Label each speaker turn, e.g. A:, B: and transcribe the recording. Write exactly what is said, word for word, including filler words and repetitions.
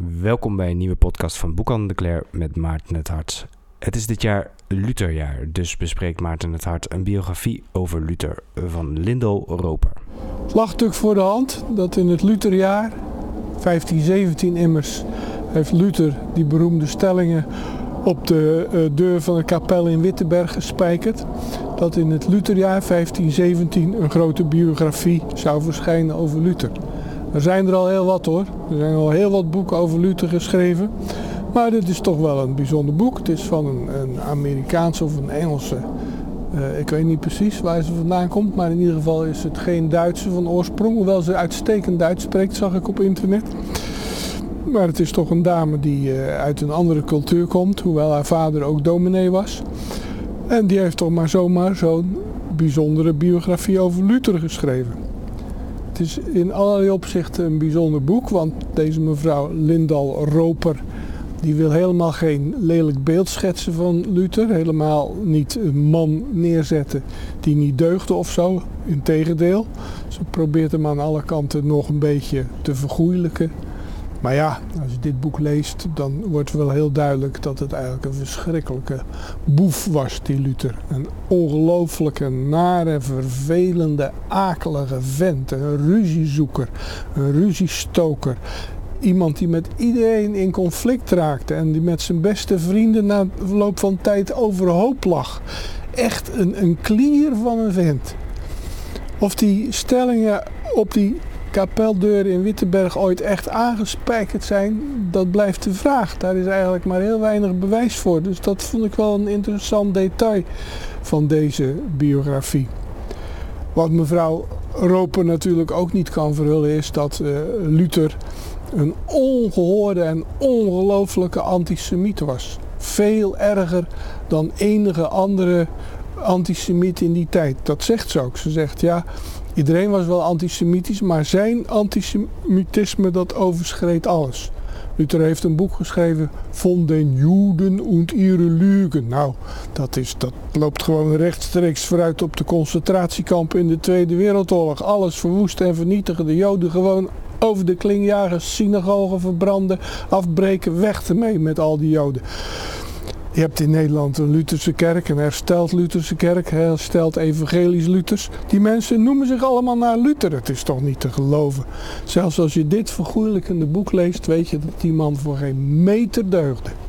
A: Welkom bij een nieuwe podcast van Boekhandel de Cler met Maarten het Hart. Het is dit jaar Lutherjaar, dus bespreekt Maarten het Hart een biografie over Luther van Lindel Roper.
B: Het lag natuurlijk voor de hand dat in het Lutherjaar, vijftien zeventien immers, heeft Luther die beroemde stellingen op de uh, deur van de kapel in Wittenberg gespijkerd. Dat in het Lutherjaar vijftien zeventien een grote biografie zou verschijnen over Luther. Er zijn er al heel wat hoor. Er zijn al heel wat boeken over Luther geschreven. Maar dit is toch wel een bijzonder boek. Het is van een, een Amerikaanse of een Engelse. Uh, ik weet niet precies waar ze vandaan komt. Maar in ieder geval is het geen Duitse van oorsprong. Hoewel ze uitstekend Duits spreekt, zag ik op internet. Maar het is toch een dame die uh, uit een andere cultuur komt. Hoewel haar vader ook dominee was. En die heeft toch maar zomaar zo'n bijzondere biografie over Luther geschreven. Het is in allerlei opzichten een bijzonder boek, want deze mevrouw Lindel Roper die wil helemaal geen lelijk beeld schetsen van Luther. Helemaal niet een man neerzetten die niet deugde of zo. Integendeel, ze probeert hem aan alle kanten nog een beetje te vergoeilijken. Maar ja, als je dit boek leest, dan wordt wel heel duidelijk dat het eigenlijk een verschrikkelijke boef was, die Luther. Een ongelooflijke, nare, vervelende, akelige vent. Een ruziezoeker, een ruziestoker. Iemand die met iedereen in conflict raakte en die met zijn beste vrienden na verloop van tijd overhoop lag. Echt een, een klier van een vent. Of die stellingen op die kapeldeuren in Wittenberg ooit echt aangespijkerd zijn, dat blijft de vraag. Daar is eigenlijk maar heel weinig bewijs voor. Dus dat vond ik wel een interessant detail van deze biografie. Wat mevrouw Roper natuurlijk ook niet kan verhullen is dat uh, Luther een ongehoorde en ongelooflijke antisemiet was. Veel erger dan enige andere antisemiet in die tijd. Dat zegt ze ook. Ze zegt ja, iedereen was wel antisemitisch, maar zijn antisemitisme dat overschreed alles. Luther heeft een boek geschreven, Von den Juden und ihre Lügen. Nou, dat, is, dat loopt gewoon rechtstreeks vooruit op de concentratiekampen in de Tweede Wereldoorlog. Alles verwoesten en vernietigen, de Joden gewoon over de kling jagen, synagogen verbranden, afbreken, weg ermee met al die Joden. Je hebt in Nederland een Lutherse kerk, een hersteld Lutherse kerk, hersteld evangelisch Luthers. Die mensen noemen zich allemaal naar Luther. Het is toch niet te geloven. Zelfs als je dit vergoeilijkende boek leest, weet je dat die man voor geen meter deugde.